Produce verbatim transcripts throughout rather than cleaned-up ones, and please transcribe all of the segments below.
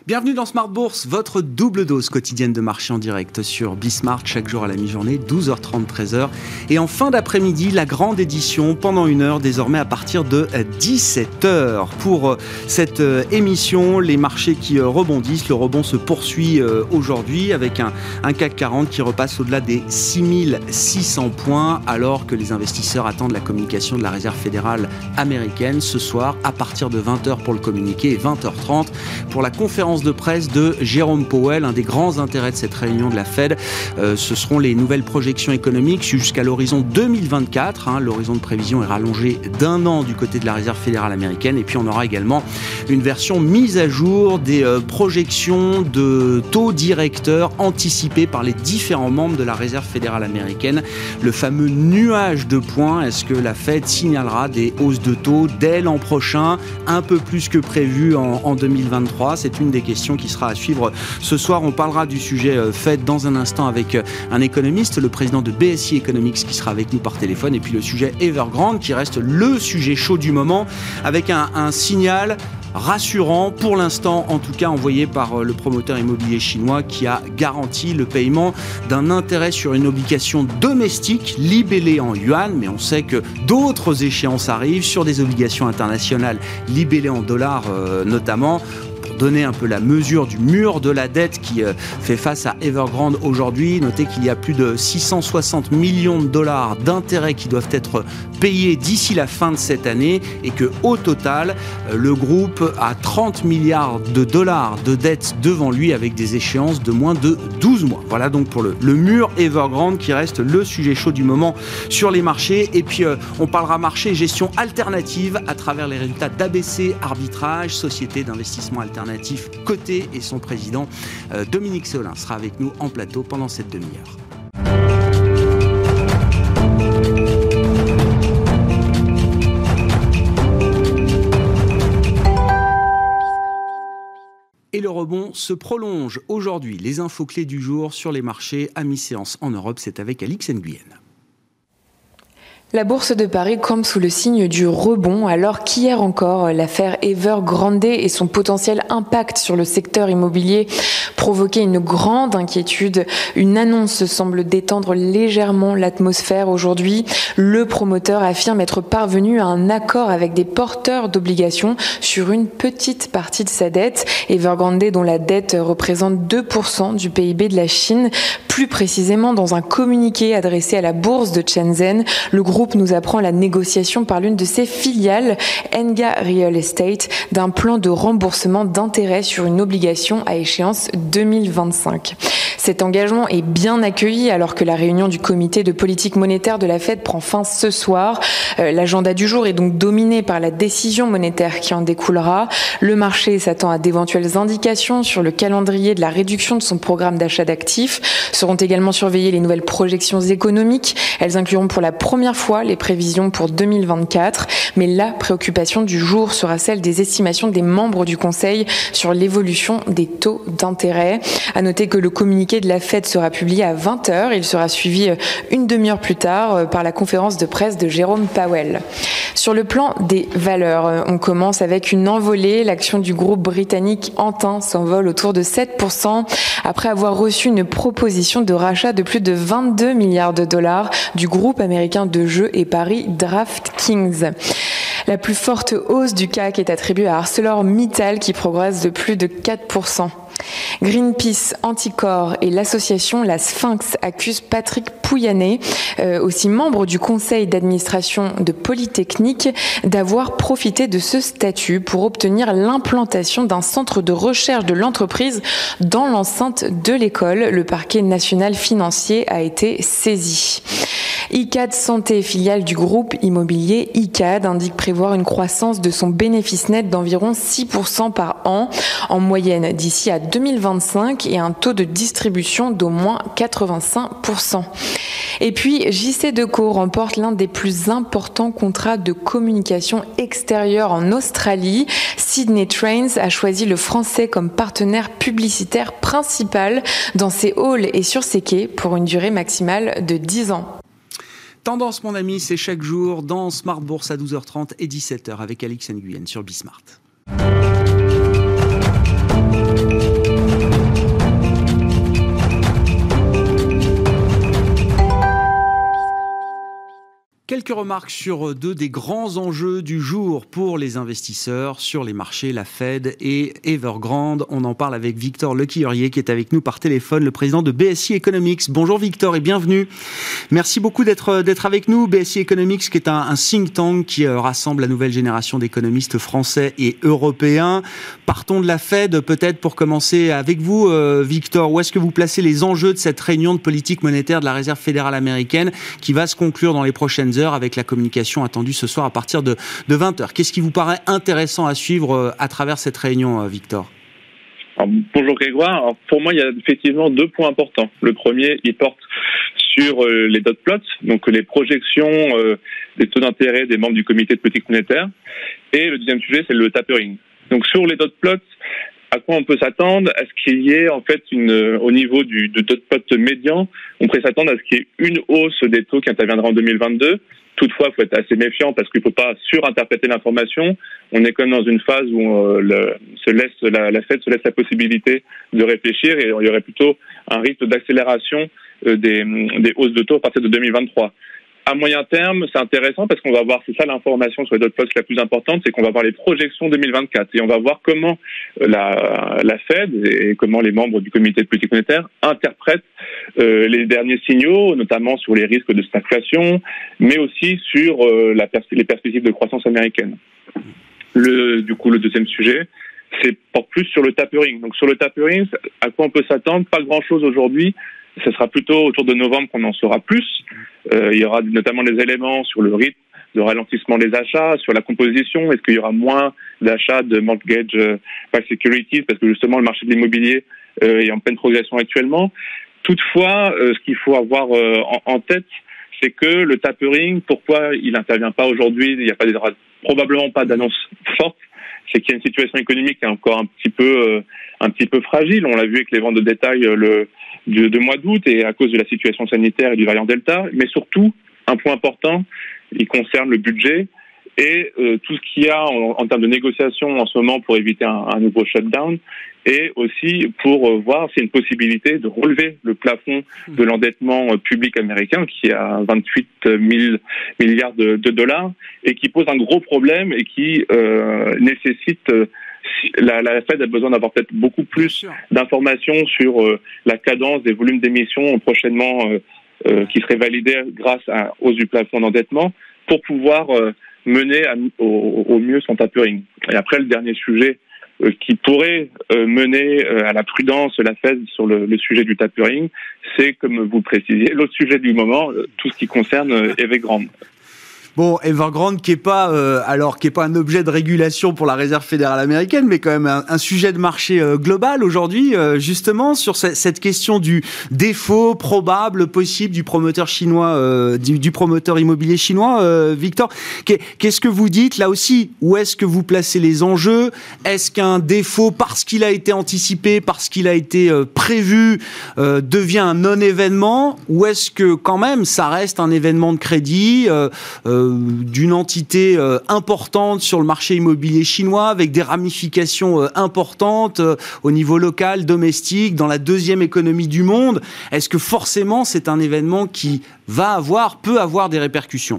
Bienvenue dans Smart Bourse, votre double dose quotidienne de marché en direct sur Bismart, chaque jour à la mi-journée, douze heures trente, treize heures. Et en fin d'après-midi, la grande édition pendant une heure, désormais à partir de dix-sept heures. Pour cette émission, les marchés qui rebondissent, le rebond se poursuit aujourd'hui avec un, un C A C quarante qui repasse au-delà des six mille six cents points, alors que les investisseurs attendent la communication de la Réserve fédérale américaine ce soir à partir de vingt heures pour le communiqué et vingt heures trente pour la conférence de presse de Jérôme Powell. Un des grands intérêts de cette réunion de la Fed, euh, ce seront les nouvelles projections économiques jusqu'à l'horizon deux mille vingt-quatre. Hein, l'horizon de prévision est rallongé d'un an du côté de la Réserve fédérale américaine. Et puis on aura également une version mise à jour des euh, projections de taux directeurs anticipés par les différents membres de la Réserve fédérale américaine. Le fameux nuage de points. Est-ce que la Fed signalera des hausses de taux dès l'an prochain, un peu plus que prévu en, en deux mille vingt-trois? C'est une des questions qui sera à suivre ce soir. On parlera du sujet Fed dans un instant avec un économiste, le président de B S I Economics, qui sera avec nous par téléphone, et puis le sujet Evergrande qui reste le sujet chaud du moment avec un, un signal rassurant pour l'instant, en tout cas envoyé par le promoteur immobilier chinois qui a garanti le paiement d'un intérêt sur une obligation domestique libellée en yuan, mais on sait que d'autres échéances arrivent sur des obligations internationales libellées en dollars euh, notamment. Donner un peu la mesure du mur de la dette qui euh, fait face à Evergrande aujourd'hui. Notez qu'il y a plus de six cent soixante millions de dollars d'intérêts qui doivent être payés d'ici la fin de cette année et que au total, euh, le groupe a trente milliards de dollars de dettes devant lui avec des échéances de moins de douze mois. Voilà donc pour le, le mur Evergrande qui reste le sujet chaud du moment sur les marchés. Et puis euh, on parlera marché et gestion alternative à travers les résultats d'A B C Arbitrage, société d'investissement alternatif coté, et son président euh, Dominique Séolin sera avec nous en plateau pendant cette demi-heure. Et le rebond se prolonge aujourd'hui. Les infos clés du jour sur les marchés à mi-séance en Europe, c'est avec Alix Nguyen. La bourse de Paris campe sous le signe du rebond, alors qu'hier encore, l'affaire Evergrande et son potentiel impact sur le secteur immobilier provoquaient une grande inquiétude. Une annonce semble détendre légèrement l'atmosphère aujourd'hui. Le promoteur affirme être parvenu à un accord avec des porteurs d'obligations sur une petite partie de sa dette. Evergrande, dont la dette représente deux pour cent du P I B de la Chine. Plus précisément, dans un communiqué adressé à la bourse de Shenzhen, le groupe Le groupe nous apprend la négociation par l'une de ses filiales, Enga Real Estate, d'un plan de remboursement d'intérêts sur une obligation à échéance deux mille vingt-cinq. Cet engagement est bien accueilli alors que la réunion du comité de politique monétaire de la Fed prend fin ce soir. Euh, l'agenda du jour est donc dominé par la décision monétaire qui en découlera. Le marché s'attend à d'éventuelles indications sur le calendrier de la réduction de son programme d'achat d'actifs. Seront également surveillées les nouvelles projections économiques. Elles incluront pour la première fois les prévisions pour deux mille vingt-quatre, mais la préoccupation du jour sera celle des estimations des membres du Conseil sur l'évolution des taux d'intérêt. À noter que le communiqué de la Fed sera publié à vingt heures. Il sera suivi une demi-heure plus tard par la conférence de presse de Jérôme Powell. Sur le plan des valeurs, on commence avec une envolée. L'action du groupe britannique Antin s'envole autour de sept pour cent après avoir reçu une proposition de rachat de plus de vingt-deux milliards de dollars du groupe américain de jeux et paris DraftKings. La plus forte hausse du C A C est attribuée à ArcelorMittal qui progresse de plus de quatre pour cent. Greenpeace, Anticor et l'association La Sphinx accusent Patrick Pouyanné, euh, aussi membre du conseil d'administration de Polytechnique, d'avoir profité de ce statut pour obtenir l'implantation d'un centre de recherche de l'entreprise dans l'enceinte de l'école. Le parquet national financier a été saisi. I C A D Santé, filiale du groupe immobilier I C A D, indique prévoir une croissance de son bénéfice net d'environ six pour cent par an en moyenne d'ici à deux mille vingt-cinq et un taux de distribution d'au moins quatre-vingt-cinq pour cent. Et puis, J C Decaux remporte l'un des plus importants contrats de communication extérieure en Australie. Sydney Trains a choisi le français comme partenaire publicitaire principal dans ses halls et sur ses quais pour une durée maximale de dix ans. Tendance, mon ami, c'est chaque jour dans Smart Bourse à douze heures trente et dix-sept heures avec Alix Nguyen sur Bismart. Quelques remarques sur deux des grands enjeux du jour pour les investisseurs sur les marchés, la Fed et Evergrande. On en parle avec Victor Lequillerier qui est avec nous par téléphone, le président de B S I Economics. Bonjour Victor et bienvenue. Merci beaucoup d'être, d'être avec nous. B S I Economics qui est un, un think tank qui rassemble la nouvelle génération d'économistes français et européens. Partons de la Fed peut-être pour commencer avec vous euh, Victor. Où est-ce que vous placez les enjeux de cette réunion de politique monétaire de la Réserve fédérale américaine qui va se conclure dans les prochaines heures avec la communication attendue ce soir à partir de, de vingt heures. Qu'est-ce qui vous paraît intéressant à suivre à travers cette réunion, Victor ? Alors, bonjour Grégoire. Alors, pour moi, il y a effectivement deux points importants. Le premier, il porte sur euh, les dot plots, donc les projections euh, des taux d'intérêt des membres du comité de politique monétaire. Et le deuxième sujet, c'est le tapering. Donc sur les dot plots, à quoi on peut s'attendre? À ce qu'il y ait en fait une, au niveau du de dot plot médian, on pourrait s'attendre à ce qu'il y ait une hausse des taux qui interviendra en deux mille vingt-deux. Toutefois, il faut être assez méfiant parce qu'il ne faut pas surinterpréter l'information. On est quand même dans une phase où euh, le, se laisse, la, la Fed se laisse la possibilité de réfléchir et il y aurait plutôt un rythme d'accélération euh, des, des hausses de taux à partir de deux mille vingt-trois. À moyen terme, c'est intéressant parce qu'on va voir, c'est ça l'information sur les dot plots la plus importante, c'est qu'on va voir les projections deux mille vingt-quatre et on va voir comment la, la Fed et comment les membres du comité de politique monétaire interprètent euh, les derniers signaux, notamment sur les risques de stagflation, mais aussi sur euh, la pers- les perspectives de croissance américaine. Le, du coup, le deuxième sujet, c'est porte plus sur le tapering. Donc sur le tapering, à quoi on peut s'attendre? Pas grand-chose aujourd'hui. Ce sera plutôt autour de novembre qu'on en saura plus. Euh, il y aura notamment des éléments sur le rythme de ralentissement des achats, sur la composition. Est-ce qu'il y aura moins d'achats de mortgage euh, backed securities parce que justement le marché de l'immobilier euh, est en pleine progression actuellement. Toutefois, euh, ce qu'il faut avoir euh, en, en tête, c'est que le tapering, pourquoi il n'intervient pas aujourd'hui? Il n'y a pas des, probablement pas d'annonce forte. C'est qu'il y a une situation économique qui est encore un petit peu, euh, un petit peu fragile. On l'a vu avec les ventes de détail euh, le de, de mois d'août et à cause de la situation sanitaire et du variant Delta. Mais surtout, un point important, il concerne le budget et euh, tout ce qu'il y a en, en termes de négociations en ce moment pour éviter un, un nouveau shutdown et aussi pour euh, voir s'il y a une possibilité de relever le plafond de l'endettement euh, public américain qui est à vingt-huit mille milliards de, de dollars et qui pose un gros problème et qui euh, nécessite euh, La, la Fed a besoin d'avoir peut-être beaucoup plus d'informations sur euh, la cadence des volumes d'émissions prochainement euh, euh, qui seraient validés grâce à hausse du plafond d'endettement pour pouvoir euh, mener à, au, au mieux son tapering. Et après, le dernier sujet euh, qui pourrait euh, mener euh, à la prudence la Fed sur le, le sujet du tapering, c'est, comme vous le précisiez, l'autre sujet du moment, euh, tout ce qui concerne euh, Evergrande. Bon, Evergrande qui est pas euh, alors qui est pas un objet de régulation pour la Réserve fédérale américaine, mais quand même un, un sujet de marché euh, global aujourd'hui, euh, justement sur ce, cette question du défaut probable possible du promoteur chinois, euh, du, du promoteur immobilier chinois. Euh, Victor, qu'est-ce que vous dites là aussi? Où est-ce que vous placez les enjeux? Est-ce qu'un défaut, parce qu'il a été anticipé, parce qu'il a été euh, prévu, euh, devient un non-événement, ou est-ce que quand même ça reste un événement de crédit euh, euh, d'une entité euh, importante sur le marché immobilier chinois avec des ramifications euh, importantes euh, au niveau local, domestique, dans la deuxième économie du monde? Est-ce que forcément c'est un événement qui va avoir, peut avoir des répercussions?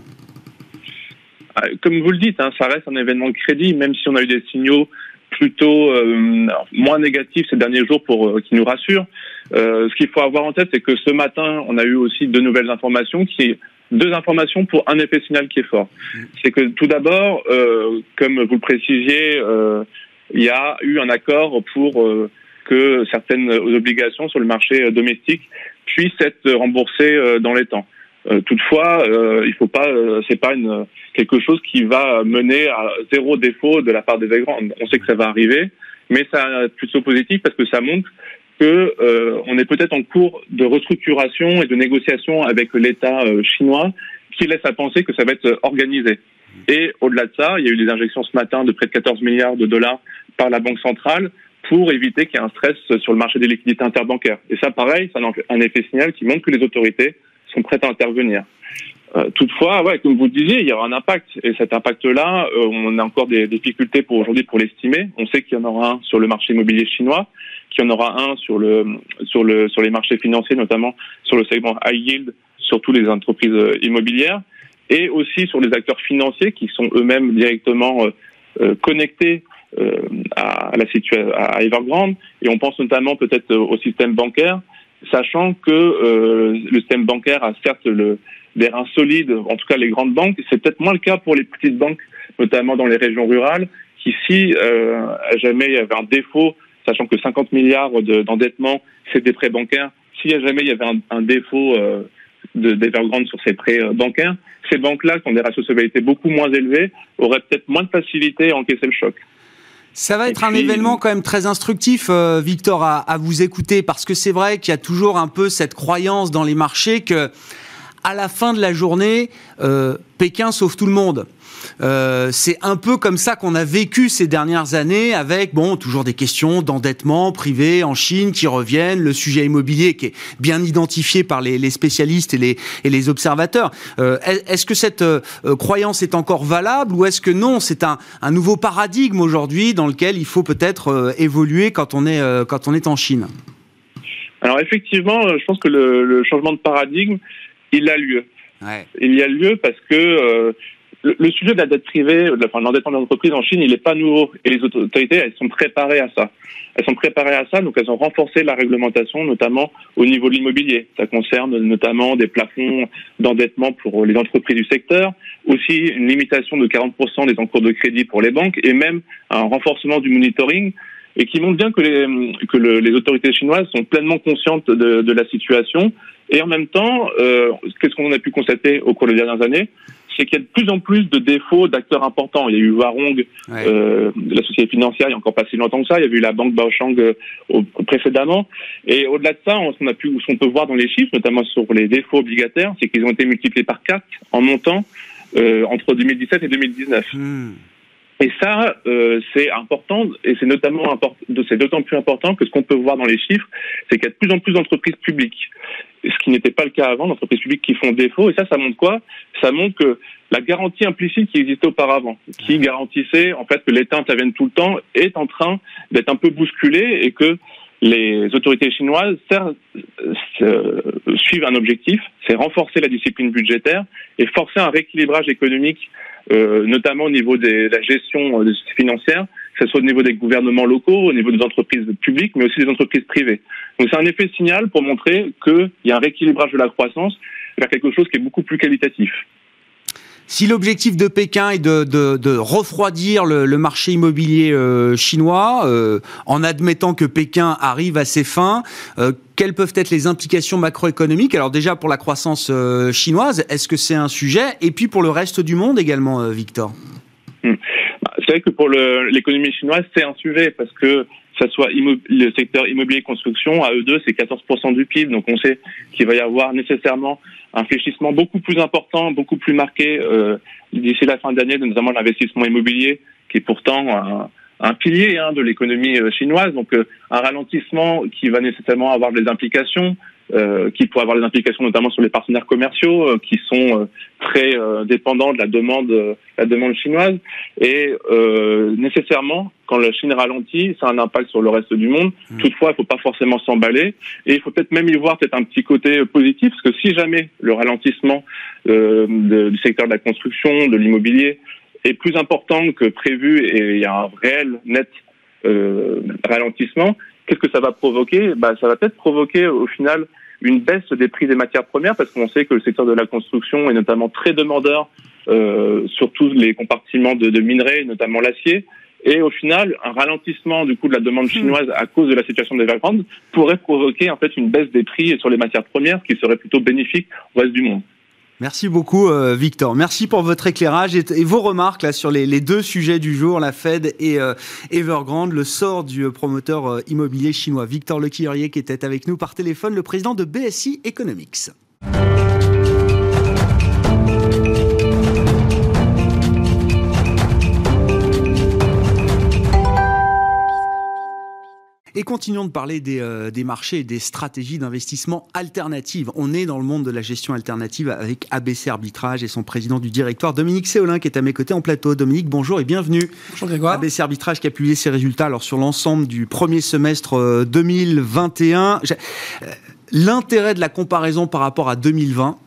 Comme vous le dites, hein, ça reste un événement de crédit, même si on a eu des signaux plutôt euh, moins négatifs ces derniers jours pour euh, qui nous rassurent. Euh, ce qu'il faut avoir en tête, c'est que ce matin, on a eu aussi de nouvelles informations qui Deux informations pour un effet signal qui est fort. C'est que tout d'abord, euh, comme vous le précisiez, euh, il y a eu un accord pour euh, que certaines obligations sur le marché domestique puissent être remboursées euh, dans les temps. Euh, toutefois, euh, il faut pas, euh, c'est pas une quelque chose qui va mener à zéro défaut de la part des Evergrande. On sait que ça va arriver, mais ça est plutôt positif parce que ça montre que euh, on est peut-être en cours de restructuration et de négociation avec l'État euh, chinois qui laisse à penser que ça va être organisé. Et au-delà de ça, il y a eu des injections ce matin de près de quatorze milliards de dollars par la Banque centrale pour éviter qu'il y ait un stress sur le marché des liquidités interbancaires. Et ça, pareil, c'est un effet signal qui montre que les autorités sont prêtes à intervenir. Euh, toutefois, ouais, comme vous le disiez, il y aura un impact. Et cet impact-là, euh, on a encore des difficultés pour aujourd'hui pour l'estimer. On sait qu'il y en aura un sur le marché immobilier chinois, qu'il y en aura un sur le sur le sur les marchés financiers, notamment sur le segment high yield, surtout les entreprises immobilières. et aussi sur les acteurs financiers qui sont eux-mêmes directement euh, euh, connectés euh, à, la situa- à Evergrande. Et on pense notamment peut-être au système bancaire, sachant que euh, le système bancaire a certes le, des reins solides, en tout cas les grandes banques. C'est peut-être moins le cas pour les petites banques, notamment dans les régions rurales, qui si euh, jamais il y avait un défaut, sachant que cinquante milliards de, d'endettement, c'est des prêts bancaires, si jamais il y avait un, un défaut euh, de, d'Evergrande sur ces prêts euh, bancaires, ces banques-là, qui ont des ratios de solvabilité beaucoup moins élevés, auraient peut-être moins de facilité à encaisser le choc. Ça va être puis, un événement quand même très instructif, euh, Victor, à, à vous écouter, parce que c'est vrai qu'il y a toujours un peu cette croyance dans les marchés que, à la fin de la journée, euh, Pékin sauve tout le monde. Euh, c'est un peu comme ça qu'on a vécu ces dernières années, avec bon toujours des questions d'endettement privé en Chine qui reviennent, le sujet immobilier qui est bien identifié par les, les spécialistes et les, et les observateurs. Euh, est-ce que cette euh, croyance est encore valable ou est-ce que non, c'est un, un nouveau paradigme aujourd'hui dans lequel il faut peut-être euh, évoluer quand on est, euh, quand on est en Chine? Alors effectivement, je pense que le, le changement de paradigme, il a lieu. Ouais. Il y a lieu parce que euh, le, le sujet de la dette privée, enfin l'endettement des entreprises en Chine, il n'est pas nouveau. Et les autorités, elles sont préparées à ça. Elles sont préparées à ça, donc elles ont renforcé la réglementation, notamment au niveau de l'immobilier. Ça concerne notamment des plafonds d'endettement pour les entreprises du secteur, aussi une limitation de quarante pour cent des encours de crédit pour les banques, et même un renforcement du monitoring, et qui montre bien que les, que le, les autorités chinoises sont pleinement conscientes de, de la situation. Et en même temps, euh, qu'est-ce qu'on a pu constater au cours des dernières années? C'est qu'il y a de plus en plus de défauts d'acteurs importants. Il y a eu Warong, ouais. euh, la société financière, il n'y a encore pas si longtemps que ça. Il y avait eu la banque Baochang euh, précédemment. Et au-delà de ça, on, on a pu, ce qu'on peut voir dans les chiffres, notamment sur les défauts obligataires, c'est qu'ils ont été multipliés par quatre en montant euh, entre deux mille dix-sept et deux mille dix-neuf. Mmh. Et ça, euh, c'est important, et c'est notamment import- c'est d'autant plus important que ce qu'on peut voir dans les chiffres, c'est qu'il y a de plus en plus d'entreprises publiques, ce qui n'était pas le cas avant, d'entreprises publiques qui font défaut. Et ça, ça montre quoi? Ça montre que la garantie implicite qui existait auparavant, qui garantissait en fait que l'État intervienne tout le temps, est en train d'être un peu bousculée et que les autorités chinoises servent, euh, suivent un objectif, c'est renforcer la discipline budgétaire et forcer un rééquilibrage économique, euh, notamment au niveau de la gestion euh, financière, que ce soit au niveau des gouvernements locaux, au niveau des entreprises publiques, mais aussi des entreprises privées. Donc c'est un effet signal pour montrer qu'il y a un rééquilibrage de la croissance vers quelque chose qui est beaucoup plus qualitatif. Si l'objectif de Pékin est de, de, de refroidir le, le marché immobilier euh, chinois, euh, en admettant que Pékin arrive à ses fins, euh, quelles peuvent être les implications macroéconomiques? Alors déjà pour la croissance euh, chinoise, est-ce que c'est un sujet? Et puis pour le reste du monde également, euh, Victor? Mmh. C'est vrai que pour le, l'économie chinoise, c'est un sujet parce que ça soit immo- le secteur immobilier construction, à eux deux, c'est quatorze pour cent du P I B. Donc on sait qu'il va y avoir nécessairement un fléchissement beaucoup plus important, beaucoup plus marqué euh, d'ici la fin d'année, notamment l'investissement immobilier, qui est pourtant un, un pilier hein, de l'économie chinoise. Donc euh, un ralentissement qui va nécessairement avoir des implications, euh, qui pourrait avoir des implications notamment sur les partenaires commerciaux, euh, qui sont euh, très euh, dépendants de la demande, euh, la demande chinoise. Et euh, nécessairement, quand la Chine ralentit, ça a un impact sur le reste du monde. Mmh. Toutefois, il ne faut pas forcément s'emballer. Et il faut peut-être même y voir peut-être un petit côté positif, parce que si jamais le ralentissement euh, de, du secteur de la construction, de l'immobilier, est plus important que prévu et il y a un réel net euh, ralentissement, qu'est-ce que ça va provoquer? Bah, ça va peut-être provoquer au final une baisse des prix des matières premières, parce qu'on sait que le secteur de la construction est notamment très demandeur euh, sur tous les compartiments de, de minerais, notamment l'acier. Et au final, un ralentissement du coup de la demande chinoise à cause de la situation d'Evergrande pourrait provoquer en fait une baisse des prix sur les matières premières, ce qui serait plutôt bénéfique au reste du monde. Merci beaucoup euh, Victor. Merci pour votre éclairage et, et vos remarques là sur les, les deux sujets du jour, la Fed et euh, Evergrande, le sort du euh, promoteur euh, immobilier chinois. Victor Lequillerier qui était avec nous par téléphone, le président de B S I Economics. Et continuons de parler des, euh, des marchés et des stratégies d'investissement alternatives. On est dans le monde de la gestion alternative avec A B C Arbitrage et son président du directoire, Dominique Séolin, qui est à mes côtés en plateau. Dominique, bonjour et bienvenue. Bonjour Grégoire. A B C Arbitrage qui a publié ses résultats alors, sur l'ensemble du premier semestre euh, deux mille vingt et un. Euh, l'intérêt de la comparaison par rapport à deux mille vingt,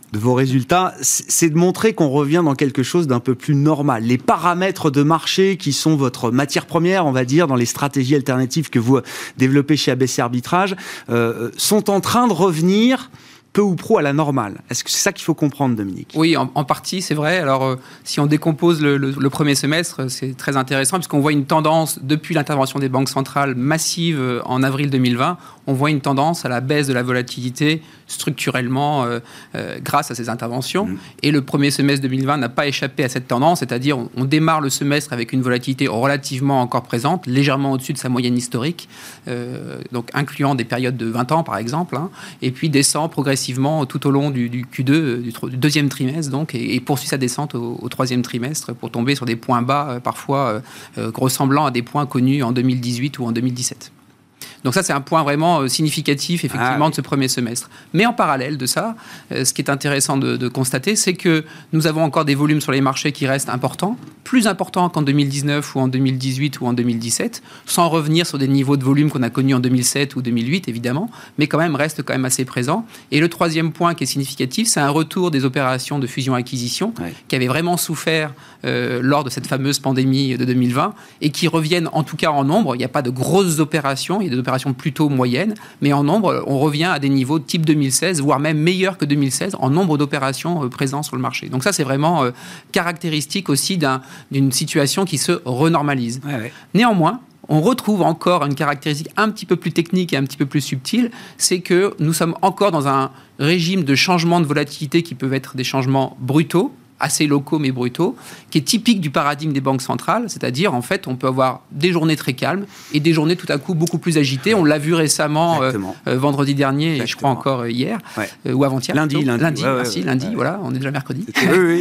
de vos résultats, c'est de montrer qu'on revient dans quelque chose d'un peu plus normal. Les paramètres de marché qui sont votre matière première, on va dire, dans les stratégies alternatives que vous développez chez A B C Arbitrage, euh, sont en train de revenir peu ou prou à la normale. Est-ce que c'est ça qu'il faut comprendre, Dominique ? Oui, en, en partie, c'est vrai. Alors, euh, si on décompose le, le, le premier semestre, c'est très intéressant puisqu'on voit une tendance, depuis l'intervention des banques centrales massive euh, en avril deux mille vingt, on voit une tendance à la baisse de la volatilité structurellement euh, euh, grâce à ces interventions. Mmh. Et le premier semestre deux mille vingt n'a pas échappé à cette tendance, c'est-à-dire on, on démarre le semestre avec une volatilité relativement encore présente, légèrement au-dessus de sa moyenne historique, euh, donc incluant des périodes de vingt ans par exemple, hein, et puis descend progressivement tout au long du, du Q deux, du, du deuxième trimestre, donc, et, et poursuit sa descente au, au troisième trimestre pour tomber sur des points bas euh, parfois euh, ressemblant à des points connus en deux mille dix-huit ou en deux mille dix-sept. Donc ça, c'est un point vraiment significatif, effectivement, ah, oui. de ce premier semestre. Mais en parallèle de ça, euh, ce qui est intéressant de, de constater, c'est que nous avons encore des volumes sur les marchés qui restent importants, plus importants qu'en deux mille dix-neuf ou en deux mille dix-huit ou en deux mille dix-sept, sans revenir sur des niveaux de volume qu'on a connus en deux mille sept ou deux mille huit, évidemment, mais quand même restent quand même assez présents. Et le troisième point qui est significatif, c'est un retour des opérations de fusion-acquisition oui. qui avaient vraiment souffert euh, lors de cette fameuse pandémie de deux mille vingt et qui reviennent en tout cas en nombre. Il n'y a pas de grosses opérations, il y a des opérations plutôt moyennes, mais en nombre, on revient à des niveaux de type deux mille seize, voire même meilleurs que deux mille seize en nombre d'opérations euh, présentes sur le marché. Donc ça, c'est vraiment euh, caractéristique aussi d'un, d'une situation qui se renormalise. Ouais, ouais. Néanmoins, on retrouve encore une caractéristique un petit peu plus technique et un petit peu plus subtile, c'est que nous sommes encore dans un régime de changement de volatilité qui peuvent être des changements brutaux, assez locaux mais brutaux, qui est typique du paradigme des banques centrales, c'est-à-dire en fait on peut avoir des journées très calmes et des journées tout à coup beaucoup plus agitées. On l'a vu récemment euh, euh, vendredi dernier Exactement. et je crois encore euh, hier ouais. euh, ou avant-hier. Lundi, lundi, lundi, ouais, merci, ouais, lundi, ouais. voilà, on est déjà mercredi. Oui, oui.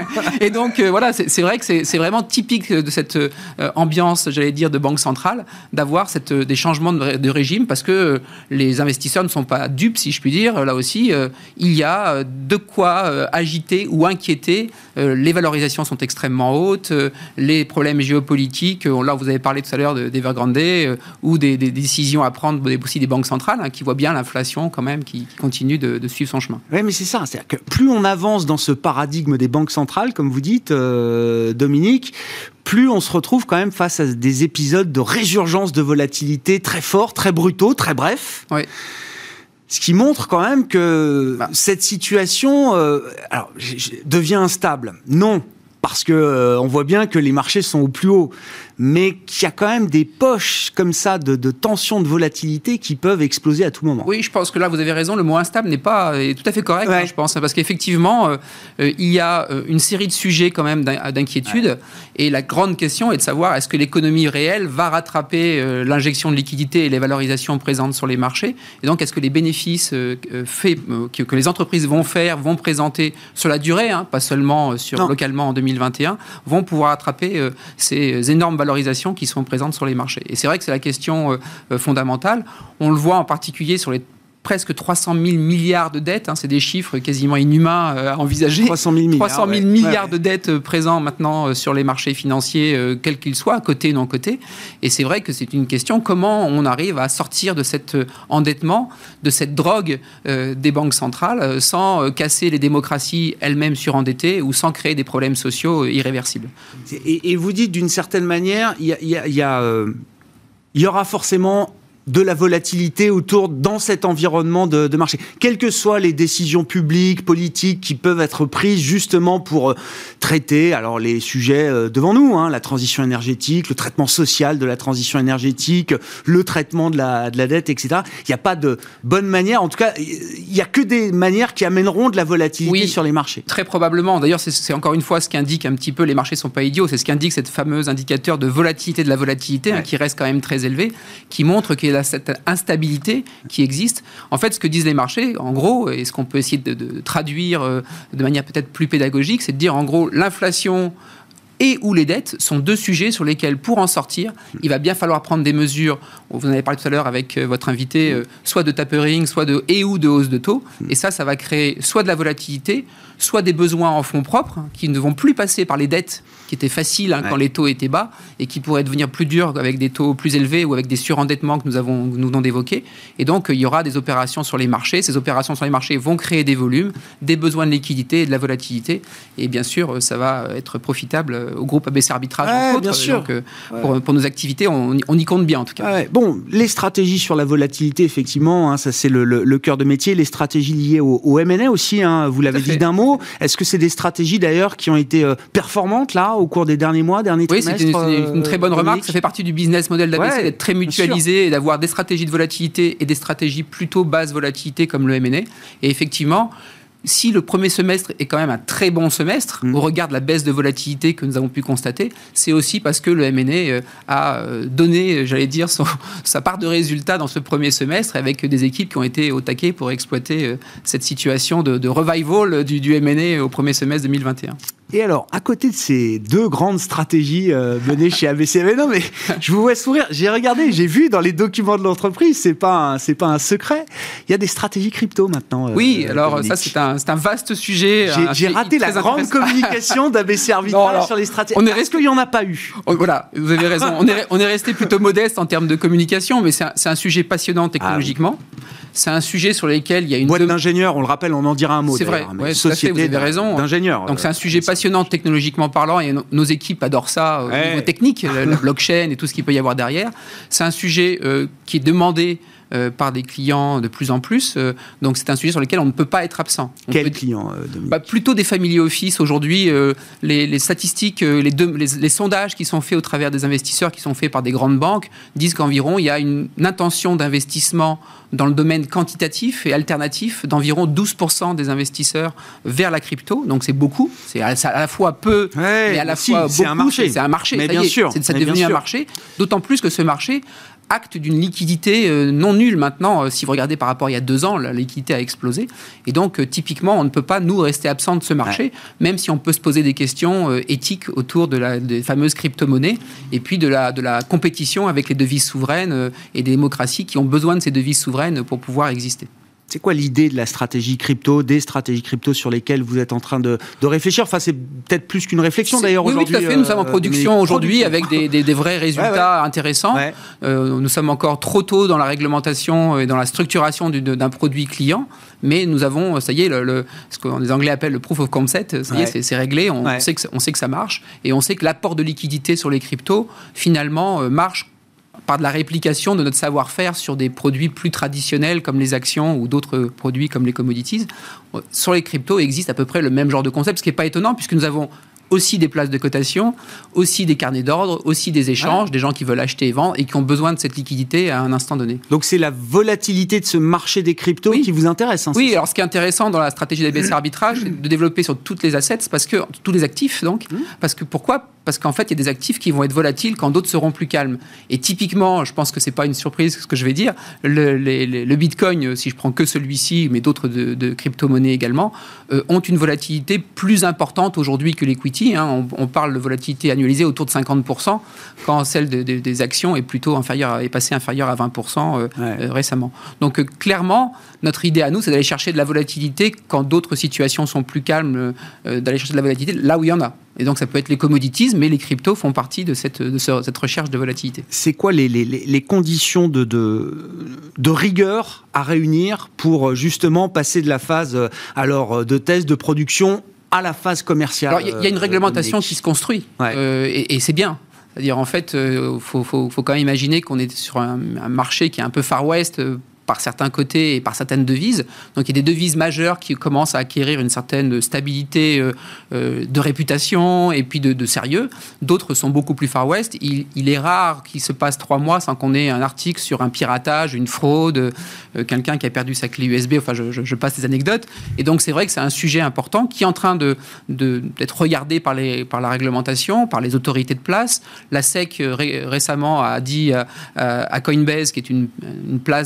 Et donc euh, voilà, c'est, c'est vrai que c'est, c'est vraiment typique de cette euh, ambiance, j'allais dire, de banque centrale, d'avoir cette, euh, des changements de, de régime parce que euh, les investisseurs ne sont pas dupes, si je puis dire. Là aussi, euh, il y a euh, de quoi euh, agiter ou inquiéter euh, les valorisations sont extrêmement hautes, euh, les problèmes géopolitiques, euh, là vous avez parlé tout à l'heure de, d'Evergrande, euh, ou des, des décisions à prendre des, aussi des banques centrales hein, qui voient bien l'inflation quand même qui, qui continue de, de suivre son chemin. Oui, mais c'est ça, c'est-à-dire que plus on avance dans ce paradigme des banques centrales, comme vous dites, euh, Dominique, plus on se retrouve quand même face à des épisodes de résurgence de volatilité très forts, très brutaux, très brefs. Oui. Ce qui montre quand même que bah. cette situation euh, alors, j- j- devient instable. Non, parce que euh, on voit bien que les marchés sont au plus haut, mais qu'il y a quand même des poches comme ça de, de tension, de volatilité qui peuvent exploser à tout moment. Oui, je pense que là, vous avez raison, le mot instable n'est pas est tout à fait correct, ouais. hein, je pense, parce qu'effectivement, euh, euh, il y a euh, une série de sujets quand même d'in- d'inquiétude, ouais. et la grande question est de savoir est-ce que l'économie réelle va rattraper euh, l'injection de liquidités et les valorisations présentes sur les marchés, et donc est-ce que les bénéfices euh, faits, euh, que, que les entreprises vont faire, vont présenter sur la durée, hein, pas seulement euh, sur, localement en deux mille vingt et un, vont pouvoir rattraper euh, ces énormes valorisations valorisations qui sont présentes sur les marchés. Et c'est vrai que c'est la question euh, fondamentale. On le voit en particulier sur les presque trois cent mille milliards de dettes, hein, c'est des chiffres quasiment inhumains euh, à envisager. trois cent mille milliards, trois cent mille ouais. milliards ouais. de dettes euh, présents maintenant euh, sur les marchés financiers, euh, quels qu'ils soient, côté non côté. Et c'est vrai que c'est une question, comment on arrive à sortir de cet euh, endettement, de cette drogue euh, des banques centrales, euh, sans euh, casser les démocraties elles-mêmes surendettées ou sans créer des problèmes sociaux euh, irréversibles. Et, et vous dites d'une certaine manière, il y, a, il y, a, il y, a, euh, il y aura forcément de la volatilité autour dans cet environnement de, de marché. Quelles que soient les décisions publiques, politiques qui peuvent être prises justement pour euh, traiter alors les sujets euh, devant nous, hein, la transition énergétique, le traitement social de la transition énergétique, le traitement de la, de la dette, et cetera. Il n'y a pas de bonne manière. En tout cas, il n'y a que des manières qui amèneront de la volatilité oui, sur les marchés. Très probablement. D'ailleurs, c'est, c'est encore une fois ce qu'indique un petit peu, les marchés ne sont pas idiots, c'est ce qu'indique cette fameuse indicateur de volatilité de la volatilité, ouais. hein, qui reste quand même très élevé, qui montre qu'il y a cette instabilité qui existe. En fait, ce que disent les marchés, en gros, et ce qu'on peut essayer de, de traduire de manière peut-être plus pédagogique, c'est de dire, en gros, l'inflation et ou les dettes sont deux sujets sur lesquels, pour en sortir, il va bien falloir prendre des mesures. Vous en avez parlé tout à l'heure avec votre invité, euh, soit de tapering, soit de et ou de hausse de taux. Et ça, ça va créer soit de la volatilité, soit des besoins en fonds propres qui ne vont plus passer par les dettes qui étaient faciles hein, ouais. quand les taux étaient bas et qui pourraient devenir plus durs avec des taux plus élevés ou avec des surendettements que nous avons nous venons d'évoquer. Et donc, il y aura des opérations sur les marchés. Ces opérations sur les marchés vont créer des volumes, des besoins de liquidité et de la volatilité. Et bien sûr, ça va être profitable au groupe A B C Arbitrage, ouais, entre bien autres. sûr. Donc, euh, ouais. pour, pour nos activités, on, on y compte bien, en tout cas. Ouais. Bon, les stratégies sur la volatilité, effectivement, hein, ça c'est le, le, le cœur de métier. Les stratégies liées au, au M and A aussi, hein, vous l'avez dit d'un mot. Est-ce que c'est des stratégies, d'ailleurs, qui ont été euh, performantes, là, au cours des derniers mois, derniers oui, trimestres? Oui, c'est une, une, une très bonne euh, remarque. Ça fait partie du business model d'A B C ouais, d'être très mutualisé et d'avoir des stratégies de volatilité et des stratégies plutôt basse volatilité comme le M and A. Et effectivement, si le premier semestre est quand même un très bon semestre, mmh. au regard de la baisse de volatilité que nous avons pu constater, c'est aussi parce que le M and A a donné, j'allais dire, son, sa part de résultats dans ce premier semestre avec des équipes qui ont été au taquet pour exploiter cette situation de, de revival du, du M and A au premier semestre deux mille vingt et un. Et alors, à côté de ces deux grandes stratégies euh, menées chez A B C, mais non, mais je vous vois sourire. J'ai regardé, j'ai vu dans les documents de l'entreprise, c'est pas un, c'est pas un secret. Il y a des stratégies crypto maintenant. Euh, oui, alors Dominique. ça c'est un, c'est un vaste sujet. J'ai, un j'ai raté la grande communication d'A B C Arbitrage non, alors, sur les stratégies. On est resté... qu'il y en a pas eu. Oh, voilà, vous avez raison. on est, on est resté plutôt modeste en termes de communication, mais c'est un, c'est un sujet passionnant technologiquement. Ah, oui. C'est un sujet sur lequel il y a une boîte de... d'ingénieurs, on le rappelle, on en dira un mot. C'est vrai, ouais, société vous avez raison. D'ingénieurs. Donc c'est un sujet passionnant technologiquement parlant et nos équipes adorent ça au ouais. niveau technique, la blockchain et tout ce qu'il peut y avoir derrière. C'est un sujet euh, qui est demandé Euh, par des clients de plus en plus. Euh, donc, c'est un sujet sur lequel on ne peut pas être absent. Quels clients euh, bah, plutôt des family office. Aujourd'hui, euh, les, les statistiques, euh, les, deux, les, les sondages qui sont faits au travers des investisseurs, qui sont faits par des grandes banques, disent qu'environ, il y a une, une intention d'investissement dans le domaine quantitatif et alternatif d'environ douze pour cent des investisseurs vers la crypto. Donc, c'est beaucoup. C'est à, à la fois peu, ouais, mais à la si, fois c'est beaucoup. Un marché. C'est un marché. Mais ça bien y est, sûr. C'est, ça mais devenu bien un sûr. marché. D'autant plus que ce marché acte d'une liquidité euh, non nulle maintenant. Euh, si vous regardez par rapport à il y a deux ans, la liquidité a explosé. Et donc, euh, typiquement, on ne peut pas, nous, rester absent de ce marché, ouais. même si on peut se poser des questions euh, éthiques autour de la, des fameuses crypto-monnaies et puis de la, de la compétition avec les devises souveraines euh, et des démocraties qui ont besoin de ces devises souveraines pour pouvoir exister. C'est quoi l'idée de la stratégie crypto, des stratégies crypto sur lesquelles vous êtes en train de, de réfléchir? Enfin, c'est peut-être plus qu'une réflexion d'ailleurs oui, aujourd'hui. Oui, tout à fait. Nous sommes en production euh, aujourd'hui avec des, des, des vrais résultats ouais, ouais. intéressants. Ouais. Euh, nous sommes encore trop tôt dans la réglementation et dans la structuration du, d'un produit client, mais nous avons, ça y est, le, le, ce que les Anglais appellent le proof of concept, ça y est, ouais. c'est, c'est réglé, on, ouais. sait que, on sait que ça marche, et on sait que l'apport de liquidité sur les cryptos, finalement, euh, marche par de la réplication de notre savoir-faire sur des produits plus traditionnels comme les actions ou d'autres produits comme les commodities. Sur les cryptos, existe à peu près le même genre de concept, ce qui n'est pas étonnant puisque nous avons aussi des places de cotation, aussi des carnets d'ordre, aussi des échanges, ouais. des gens qui veulent acheter et vendre et qui ont besoin de cette liquidité à un instant donné. Donc c'est la volatilité de ce marché des cryptos oui. qui vous intéresse hein, Oui, alors ce qui est intéressant dans la stratégie d'A B C Arbitrage, c'est de développer sur toutes les assets, parce que, tous les actifs donc, mmh. parce que pourquoi ? Parce qu'en fait, il y a des actifs qui vont être volatiles quand d'autres seront plus calmes. Et typiquement, je pense que ce n'est pas une surprise ce que je vais dire, le, le, le Bitcoin, si je prends que celui-ci, mais d'autres de, de crypto-monnaies également, euh, ont une volatilité plus importante aujourd'hui que l'equity. Hein. On, on parle de volatilité annualisée autour de cinquante pour cent, quand celle de, de, des actions est plutôt inférieure, est passée inférieure à vingt pour cent euh, ouais. euh, récemment. Donc euh, clairement, notre idée à nous, c'est d'aller chercher de la volatilité quand d'autres situations sont plus calmes, euh, d'aller chercher de la volatilité là où il y en a. Et donc, ça peut être les commodities, mais les cryptos font partie de cette, de ce, cette recherche de volatilité. C'est quoi les, les, les conditions de, de, de rigueur à réunir pour justement passer de la phase alors, de test, de production à la phase commerciale? Alors, il y, y a une réglementation qui se construit, ouais. euh, et, et c'est bien. C'est-à-dire, en fait, il euh, faut, faut, faut quand même imaginer qu'on est sur un, un marché qui est un peu Far West, euh, par certains côtés et par certaines devises. Donc, il y a des devises majeures qui commencent à acquérir une certaine stabilité euh, euh, de réputation et puis de, de sérieux. D'autres sont beaucoup plus Far West. Il, il est rare qu'il se passe trois mois sans qu'on ait un article sur un piratage, une fraude, euh, quelqu'un qui a perdu sa clé U S B. Enfin, je, je, je passe des anecdotes. Et donc, c'est vrai que c'est un sujet important qui est en train de, de, d'être regardé par, les, par la réglementation, par les autorités de place. La S E C, ré, récemment, a dit à, à Coinbase, qui est une, une place de cotation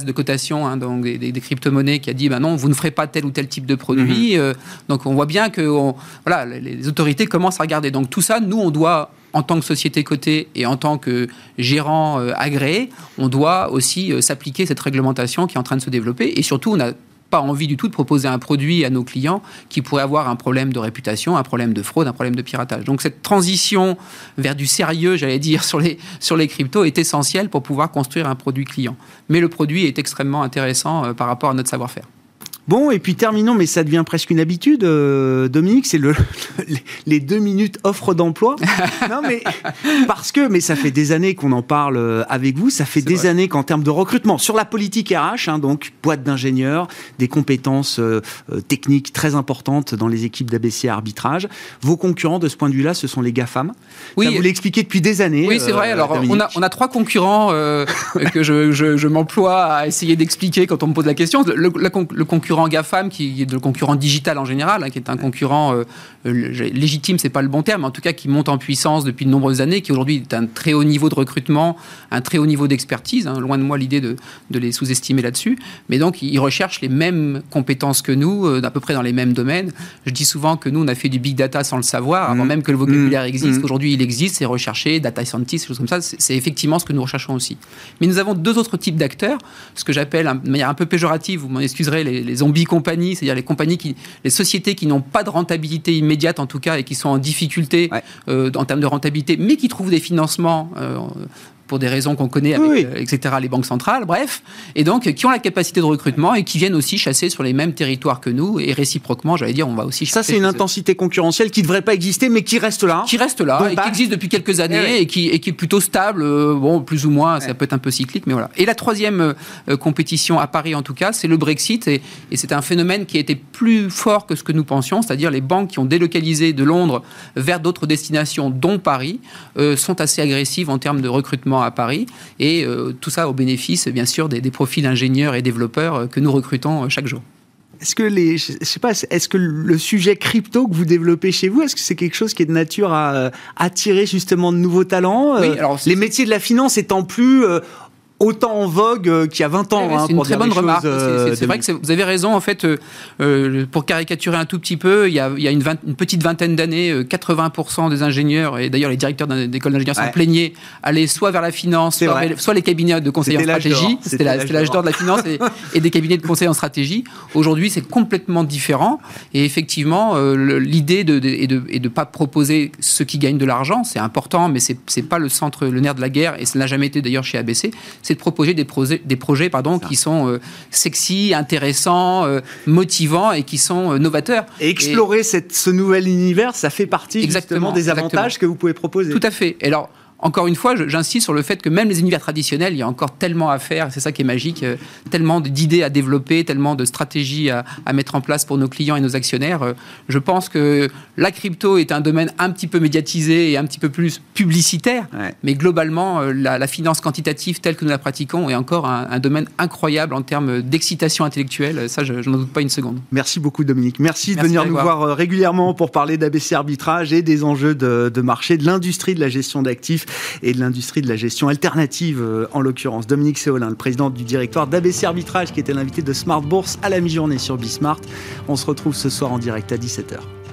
régulation hein, donc des, des, des crypto-monnaies qui a dit bah non, vous ne ferez pas tel ou tel type de produit. Mmh. Euh, donc on voit bien que on, voilà, les, les autorités commencent à regarder. Donc tout ça, nous, on doit, en tant que société cotée et en tant que gérant euh, agréé, on doit aussi euh, s'appliquer cette réglementation qui est en train de se développer. Et surtout, on a pas envie du tout de proposer un produit à nos clients qui pourrait avoir un problème de réputation, un problème de fraude, un problème de piratage. Donc cette transition vers du sérieux, j'allais dire, sur les, sur les cryptos est essentielle pour pouvoir construire un produit client. Mais le produit est extrêmement intéressant euh, par rapport à notre savoir-faire. Bon, et puis terminons, mais ça devient presque une habitude, euh, Dominique, c'est le, les deux minutes offre d'emploi. Non, mais parce que, mais ça fait des années qu'on en parle avec vous, ça fait c'est des vrai. années qu'en termes de recrutement, sur la politique R H, hein, donc boîte d'ingénieurs, des compétences euh, techniques très importantes dans les équipes d'A B C Arbitrage, vos concurrents de ce point de vue-là, ce sont les GAFAM. Oui, ça vous l'expliquez depuis des années. Oui, c'est euh, vrai. Alors, on a, on a trois concurrents euh, que je, je, je m'emploie à essayer d'expliquer quand on me pose la question. Le, le, le concurrent GAFAM, qui est le concurrent digital en général, hein, qui est un concurrent euh, légitime, c'est pas le bon terme, mais en tout cas qui monte en puissance depuis de nombreuses années, qui aujourd'hui est un très haut niveau de recrutement, un très haut niveau d'expertise, hein, loin de moi l'idée de, de les sous-estimer là-dessus, mais donc ils recherchent les mêmes compétences que nous, euh, à peu près dans les mêmes domaines. Je dis souvent que nous, on a fait du big data sans le savoir, avant mmh. même que le vocabulaire existe. Mmh. Aujourd'hui, il existe, c'est recherché, data scientist, des choses comme ça, c'est, c'est effectivement ce que nous recherchons aussi. Mais nous avons deux autres types d'acteurs, ce que j'appelle, de manière un peu péjorative, vous m'en excuserez, les, les zombies compagnies, c'est-à-dire les compagnies qui, les sociétés qui n'ont pas de rentabilité immédiate en tout cas et qui sont en difficulté ouais. euh, en termes de rentabilité, mais qui trouvent des financements euh, pour des raisons qu'on connaît, avec, oui. euh, et cetera, les banques centrales, bref, et donc qui ont la capacité de recrutement et qui viennent aussi chasser sur les mêmes territoires que nous, et réciproquement, j'allais dire, on va aussi chasser. Ça, c'est une intensité concurrentielle qui ne devrait pas exister, mais qui reste là. Qui reste là, donc, et bah, qui existe depuis quelques années, eh oui. et, qui, et qui est plutôt stable, euh, bon, plus ou moins, ouais. ça peut être un peu cyclique, mais voilà. Et la troisième euh, compétition à Paris, en tout cas, c'est le Brexit, et, et c'est un phénomène qui a été plus fort que ce que nous pensions, c'est-à-dire les banques qui ont délocalisé de Londres vers d'autres destinations, dont Paris, euh, sont assez agressives en termes de recrutement à Paris. Et euh, tout ça au bénéfice, bien sûr, des, des profils ingénieurs et développeurs euh, que nous recrutons euh, chaque jour. Est-ce que les, je sais pas, est-ce que le sujet crypto que vous développez chez vous, est-ce que c'est quelque chose qui est de nature à euh, attirer justement de nouveaux talents? Oui, alors, les métiers de la finance étant plus euh, autant en vogue euh, qu'il y a vingt ans. Oui, hein, c'est une très bonne remarque. Euh, c'est, c'est, c'est vrai que c'est, vous avez raison. En fait, euh, euh, pour caricaturer un tout petit peu, il y a, il y a une, vingt, une petite vingtaine d'années, euh, quatre-vingts pour cent des ingénieurs, et d'ailleurs les directeurs d'écoles d'ingénieurs ouais. s'en plaignaient, allaient soit vers la finance, soit, vers, soit les cabinets de conseil en stratégie. C'était, c'était, la, c'était l'âge d'or de la finance et, et des cabinets de conseil en stratégie. Aujourd'hui, c'est complètement différent. Et effectivement, euh, l'idée de, de, est de ne pas proposer ceux qui gagnent de l'argent. C'est important, mais c'est, c'est pas le centre, le nerf de la guerre, et ça n'a jamais été d'ailleurs chez A B C. C'est de proposer des projets, des projets pardon, qui sont euh, sexy, intéressants, euh, motivants et qui sont euh, novateurs. Et explorer et... Cette, ce nouvel univers, ça fait partie exactement, justement des avantages exactement. Que vous pouvez proposer. Tout à fait. Et alors, encore une fois, j'insiste sur le fait que même les univers traditionnels, il y a encore tellement à faire, c'est ça qui est magique, euh, tellement d'idées à développer, tellement de stratégies à, à mettre en place pour nos clients et nos actionnaires. Euh, je pense que la crypto est un domaine un petit peu médiatisé et un petit peu plus publicitaire, ouais. mais globalement, euh, la, la finance quantitative telle que nous la pratiquons est encore un, un domaine incroyable en termes d'excitation intellectuelle. Ça, je, je n'en doute pas une seconde. Merci beaucoup, Dominique. Merci, Merci de venir nous voir régulièrement pour parler d'A B C Arbitrage et des enjeux de, de marché, de l'industrie de la gestion d'actifs et de l'industrie de la gestion alternative, euh, en l'occurrence. Dominique Séolin, le président du directoire d'A B C Arbitrage, qui était l'invité de Smart Bourse à la mi-journée sur Bismart. On se retrouve ce soir en direct à dix-sept heures.